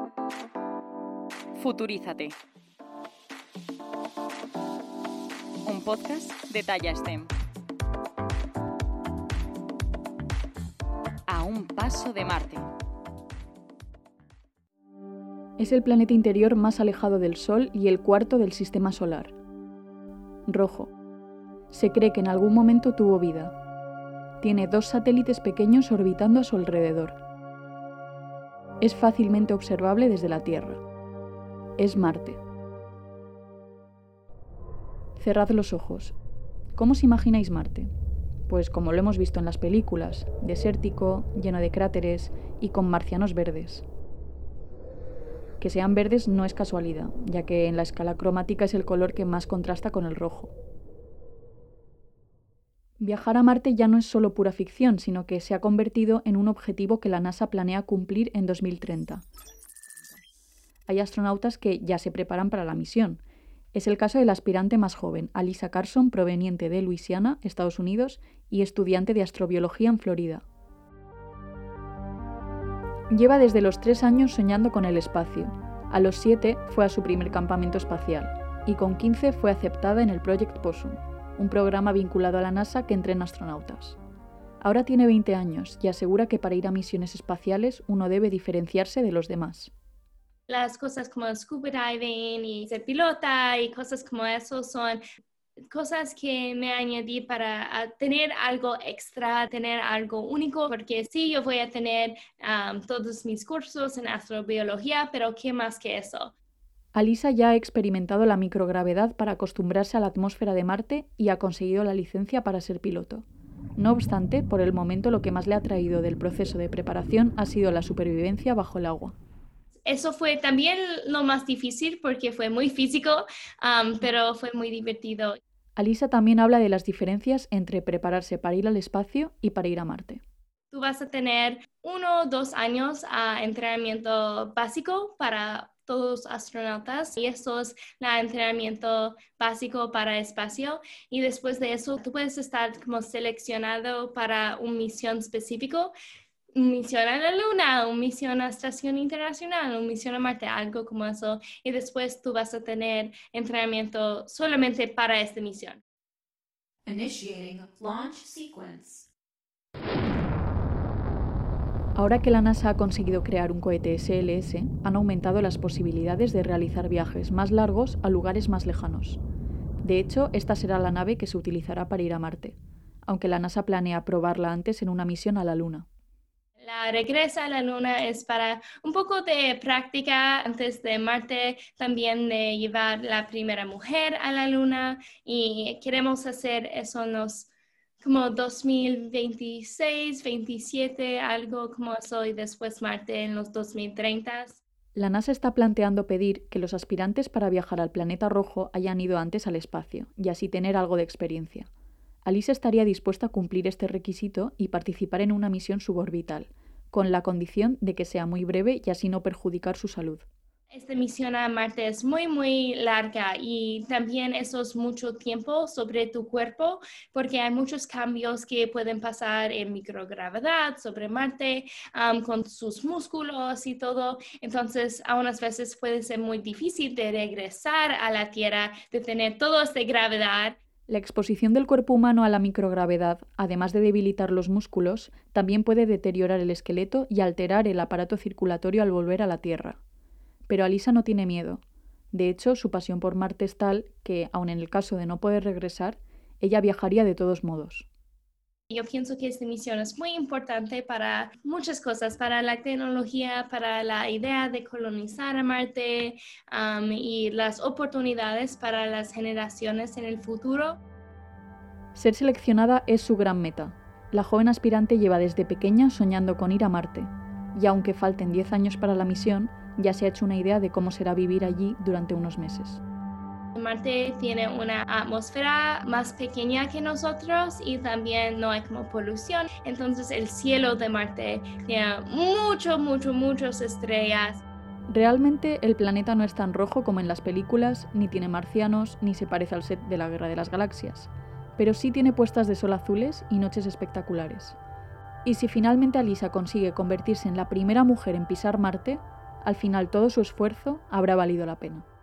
Futurízate. Un podcast de Talla STEM. A un paso de Marte. Es el planeta interior más alejado del Sol y el cuarto del sistema solar. Rojo. Se cree que en algún momento tuvo vida. Tiene 2 satélites pequeños orbitando a su alrededor. Es fácilmente observable desde la Tierra. Es Marte. Cerrad los ojos. ¿Cómo os imagináis Marte? Pues como lo hemos visto en las películas, desértico, lleno de cráteres y con marcianos verdes. Que sean verdes no es casualidad, ya que en la escala cromática es el color que más contrasta con el rojo. Viajar a Marte ya no es solo pura ficción, sino que se ha convertido en un objetivo que la NASA planea cumplir en 2030. Hay astronautas que ya se preparan para la misión. Es el caso del aspirante más joven, Alyssa Carson, proveniente de Luisiana, Estados Unidos, y estudiante de astrobiología en Florida. Lleva desde los 3 años soñando con el espacio. A los 7 fue a su primer campamento espacial y con 15 fue aceptada en el Project Possum, un programa vinculado a la NASA que entrena astronautas. Ahora tiene 20 años y asegura que para ir a misiones espaciales uno debe diferenciarse de los demás. Las cosas como scuba diving y ser pilota y cosas como eso son cosas que me añadí para tener algo extra, tener algo único, porque sí, yo voy a tener todos mis cursos en astrobiología, pero ¿qué más que eso? Alyssa ya ha experimentado la microgravedad para acostumbrarse a la atmósfera de Marte y ha conseguido la licencia para ser piloto. No obstante, por el momento lo que más le ha traído del proceso de preparación ha sido la supervivencia bajo el agua. Eso fue también lo más difícil porque fue muy físico, pero fue muy divertido. Alyssa también habla de las diferencias entre prepararse para ir al espacio y para ir a Marte. Tú vas a tener 1 o 2 años de entrenamiento básico para todos los astronautas y eso es el entrenamiento básico para espacio y después de eso tú puedes estar como seleccionado para una misión específica. Misión a la Luna, una misión a la Estación Internacional, una misión a Marte, algo como eso. Y después tú vas a tener entrenamiento solamente para esta misión. Initiating launch sequence. Ahora que la NASA ha conseguido crear un cohete SLS, han aumentado las posibilidades de realizar viajes más largos a lugares más lejanos. De hecho, esta será la nave que se utilizará para ir a Marte, aunque la NASA planea probarla antes en una misión a la Luna. La regresa a la Luna es para un poco de práctica antes de Marte, también de llevar la primera mujer a la Luna y queremos hacer eso en los como 2026, 27, algo como eso y después Marte en los 2030. La NASA está planteando pedir que los aspirantes para viajar al planeta rojo hayan ido antes al espacio y así tener algo de experiencia. Alyssa estaría dispuesta a cumplir este requisito y participar en una misión suborbital, con la condición de que sea muy breve y así no perjudicar su salud. Esta misión a Marte es muy, muy larga y también eso es mucho tiempo sobre tu cuerpo porque hay muchos cambios que pueden pasar en microgravedad sobre Marte con sus músculos y todo. Entonces, a unas veces puede ser muy difícil de regresar a la Tierra, de tener toda esta gravedad. La exposición del cuerpo humano a la microgravedad, además de debilitar los músculos, también puede deteriorar el esqueleto y alterar el aparato circulatorio al volver a la Tierra. Pero Alyssa no tiene miedo. De hecho, su pasión por Marte es tal que, aun en el caso de no poder regresar, ella viajaría de todos modos. Yo pienso que esta misión es muy importante para muchas cosas, para la tecnología, para la idea de colonizar a Marte y las oportunidades para las generaciones en el futuro. Ser seleccionada es su gran meta. La joven aspirante lleva desde pequeña soñando con ir a Marte, y aunque falten 10 años para la misión, ya se ha hecho una idea de cómo será vivir allí durante unos meses. Marte tiene una atmósfera más pequeña que nosotros y también no hay como polución. Entonces el cielo de Marte tiene muchas estrellas. Realmente el planeta no es tan rojo como en las películas, ni tiene marcianos, ni se parece al set de la Guerra de las Galaxias. Pero sí tiene puestas de sol azules y noches espectaculares. Y si finalmente Alyssa consigue convertirse en la primera mujer en pisar Marte, al final todo su esfuerzo habrá valido la pena.